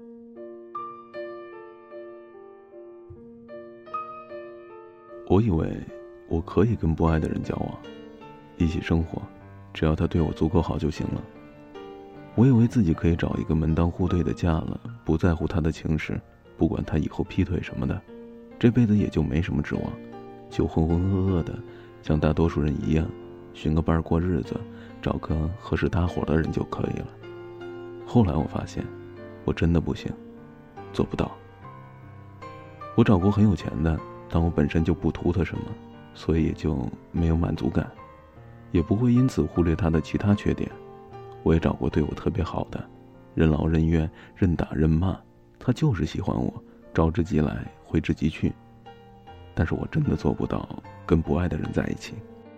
我以为我可以跟不爱的人交往，一起生活，只要他对我足够好就行了。我以为自己可以找一个门当户对的嫁了，不在乎他的情史，不管他以后劈腿什么的，这辈子也就没什么指望，就浑浑噩噩的像大多数人一样，寻个伴过日子，找个合适搭伙的人就可以了。后来我发现我真的不行，做不到。我找过很有钱的，但我本身就不图他什么，所以也就没有满足感，也不会因此忽略他的其他缺点。我也找过对我特别好的，任劳任怨，任打任骂，他就是喜欢我，招之即来，挥之即去。但是我真的做不到跟不爱的人在一起。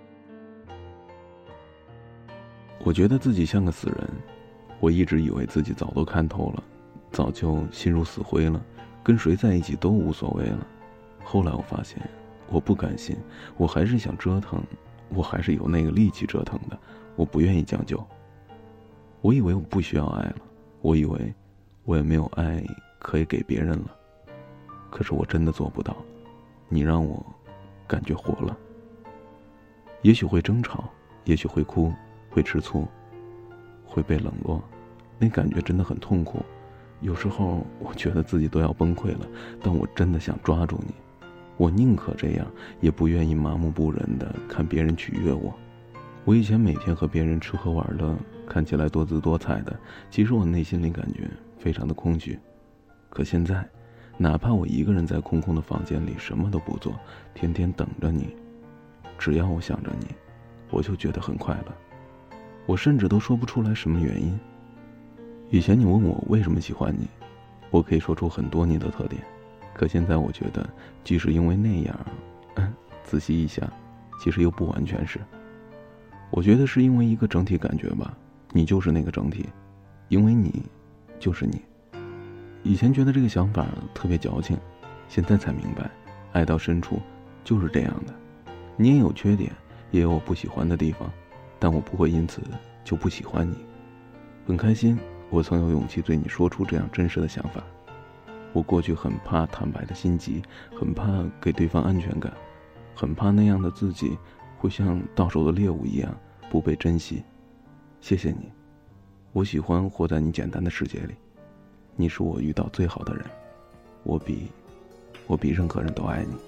我觉得自己像个死人，我一直以为自己早都看透了，早就心如死灰了，跟谁在一起都无所谓了。后来我发现我不甘心，我还是想折腾，我还是有那个力气折腾的，我不愿意将就。我以为我不需要爱了，我以为我也没有爱可以给别人了，可是我真的做不到。你让我感觉活了，也许会争吵，也许会哭，会吃醋，会被冷落，那感觉真的很痛苦。有时候我觉得自己都要崩溃了，但我真的想抓住你，我宁可这样，也不愿意麻木不仁的看别人取悦我。我以前每天和别人吃喝玩乐，看起来多姿多彩的，其实我内心里感觉非常的空虚。可现在哪怕我一个人在空空的房间里什么都不做，天天等着你，只要我想着你，我就觉得很快乐。我甚至都说不出来什么原因。以前你问我为什么喜欢你，我可以说出很多你的特点，可现在我觉得即使因为那样，仔细一想，其实又不完全是。我觉得是因为一个整体感觉吧，你就是那个整体，因为你就是你。以前觉得这个想法特别矫情，现在才明白，爱到深处就是这样的。你也有缺点，也有我不喜欢的地方，但我不会因此就不喜欢你。很开心我曾有勇气对你说出这样真实的想法。我过去很怕坦白的心急，很怕给对方安全感，很怕那样的自己会像到手的猎物一样不被珍惜。谢谢你，我喜欢活在你简单的世界里，你是我遇到最好的人，我比任何人都爱你。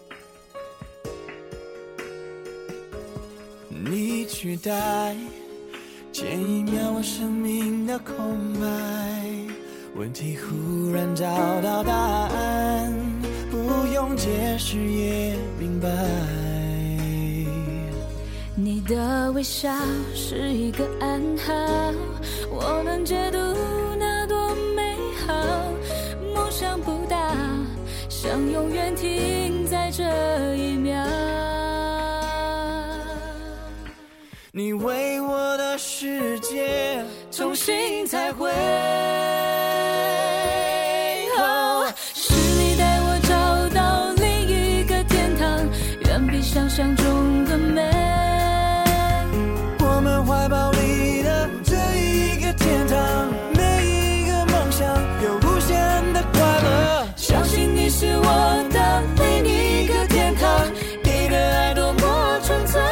你取代前一秒我生命的空白，问题忽然找到答案，不用解释也明白。 你的微笑是一个暗号，我能解读那多美好。梦想不大，想永远停在这一秒。 你为我的世界重新彩绘， 是你带我找到另一个天堂，远比想象中的美。 我们怀抱里的这一个天堂，每一个梦想有无限的快乐。 相信你是我的另一个天堂， 你的爱多么纯粹，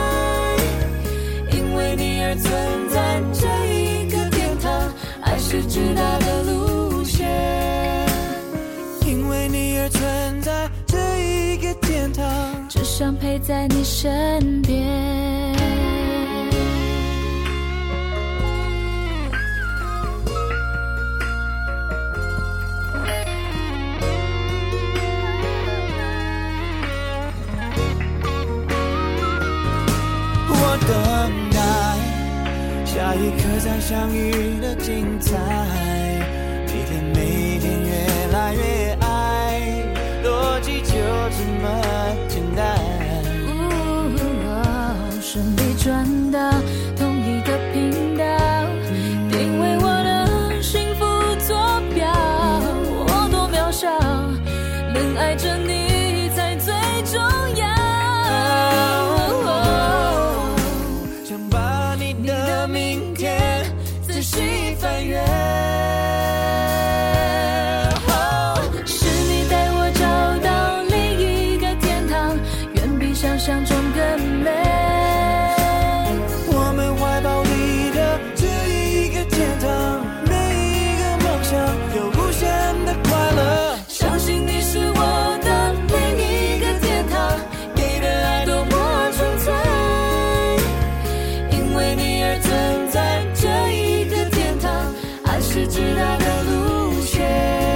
因为你而存在这一个天堂，爱是直达的路线， 因为你而存在这一个天堂， 只想陪在你身边。 我等待下一刻再相遇的精彩，每天越来越爱，逻辑就这么简单。 顺利转到同一个频道，定为我的幸福坐标。我多渺小，能爱着你才最重要。 想把你的明天仔细翻阅， 是知道的路线。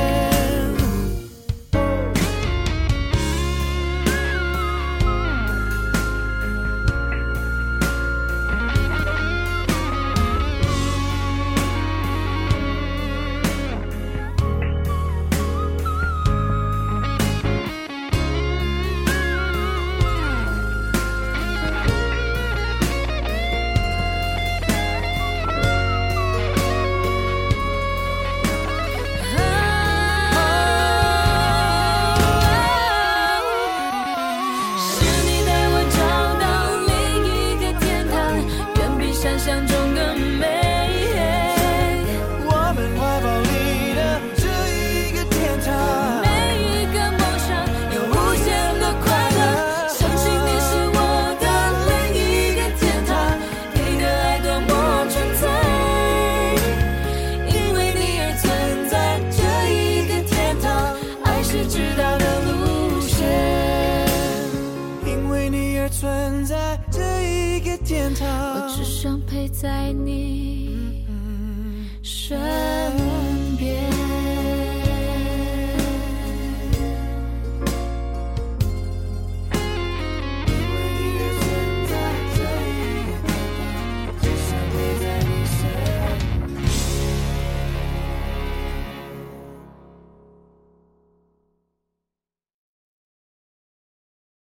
存在这一个天堂， 我只想陪在你身边。